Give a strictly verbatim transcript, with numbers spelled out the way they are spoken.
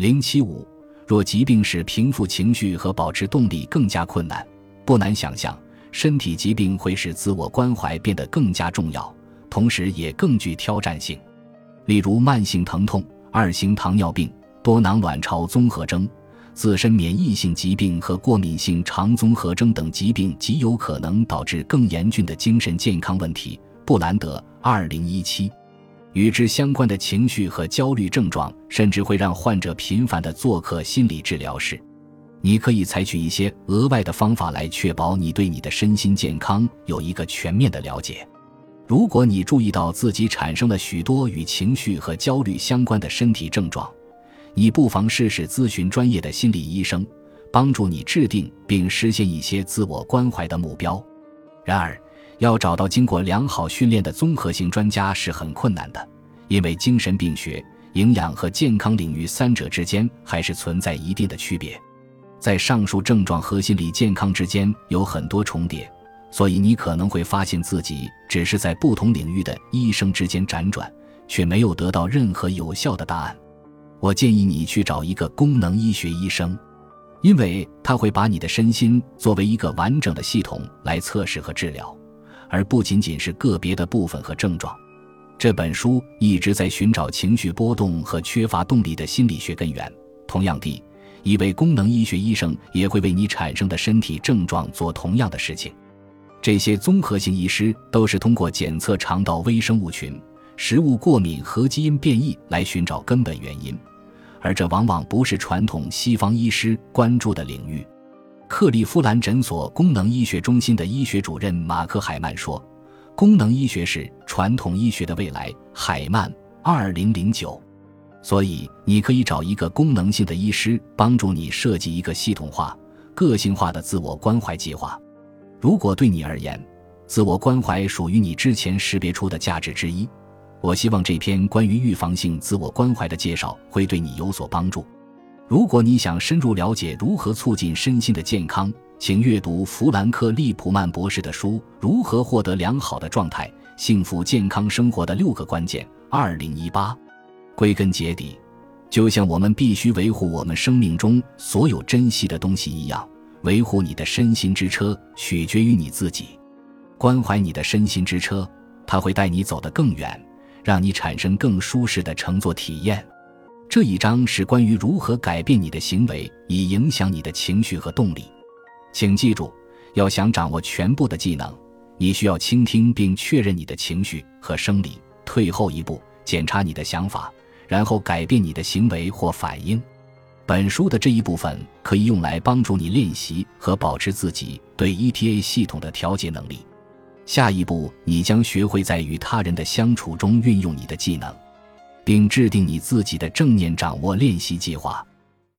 零七五若疾病使平复情绪和保持动力更加困难，不难想象，身体疾病会使自我关怀变得更加重要，同时也更具挑战性。例如慢性疼痛、二型糖尿病、多囊卵巢综合征、自身免疫性疾病和过敏性肠综合征等疾病极有可能导致更严峻的精神健康问题。布兰德二零一七与之相关的情绪和焦虑症状甚至会让患者频繁地做客心理治疗室。你可以采取一些额外的方法来确保你对你的身心健康有一个全面的了解。如果你注意到自己产生了许多与情绪和焦虑相关的身体症状，你不妨试试咨询专业的心理医生，帮助你制定并实现一些自我关怀的目标。然而，要找到经过良好训练的综合性专家是很困难的，因为精神病学、营养和健康领域三者之间还是存在一定的区别。在上述症状和心理健康之间有很多重叠，所以你可能会发现自己只是在不同领域的医生之间辗转，却没有得到任何有效的答案。我建议你去找一个功能医学医生，因为他会把你的身心作为一个完整的系统来测试和治疗，而不仅仅是个别的部分和症状。这本书一直在寻找情绪波动和缺乏动力的心理学根源。同样地，一位功能医学医生也会为你产生的身体症状做同样的事情。这些综合性医师都是通过检测肠道微生物群、食物过敏和基因变异来寻找根本原因，而这往往不是传统西方医师关注的领域。克利夫兰诊所功能医学中心的医学主任马克·海曼说，功能医学是传统医学的未来。海曼二零零九。所以你可以找一个功能性的医师帮助你设计一个系统化、个性化的自我关怀计划。如果对你而言，自我关怀属于你之前识别出的价值之一，我希望这篇关于预防性自我关怀的介绍会对你有所帮助。如果你想深入了解如何促进身心的健康，请阅读弗兰克·利普曼博士的书《如何获得良好的状态：幸福健康生活的六个关键》二零一八。归根结底，就像我们必须维护我们生命中所有珍惜的东西一样，维护你的身心之车取决于你自己。关怀你的身心之车，它会带你走得更远，让你产生更舒适的乘坐体验。这一章是关于如何改变你的行为以影响你的情绪和动力。请记住，要想掌握全部的技能，你需要倾听并确认你的情绪和生理，退后一步，检查你的想法，然后改变你的行为或反应。本书的这一部分可以用来帮助你练习和保持自己对 E T A 系统的调节能力。下一步，你将学会在与他人的相处中运用你的技能，并制定你自己的正念掌握练习计划。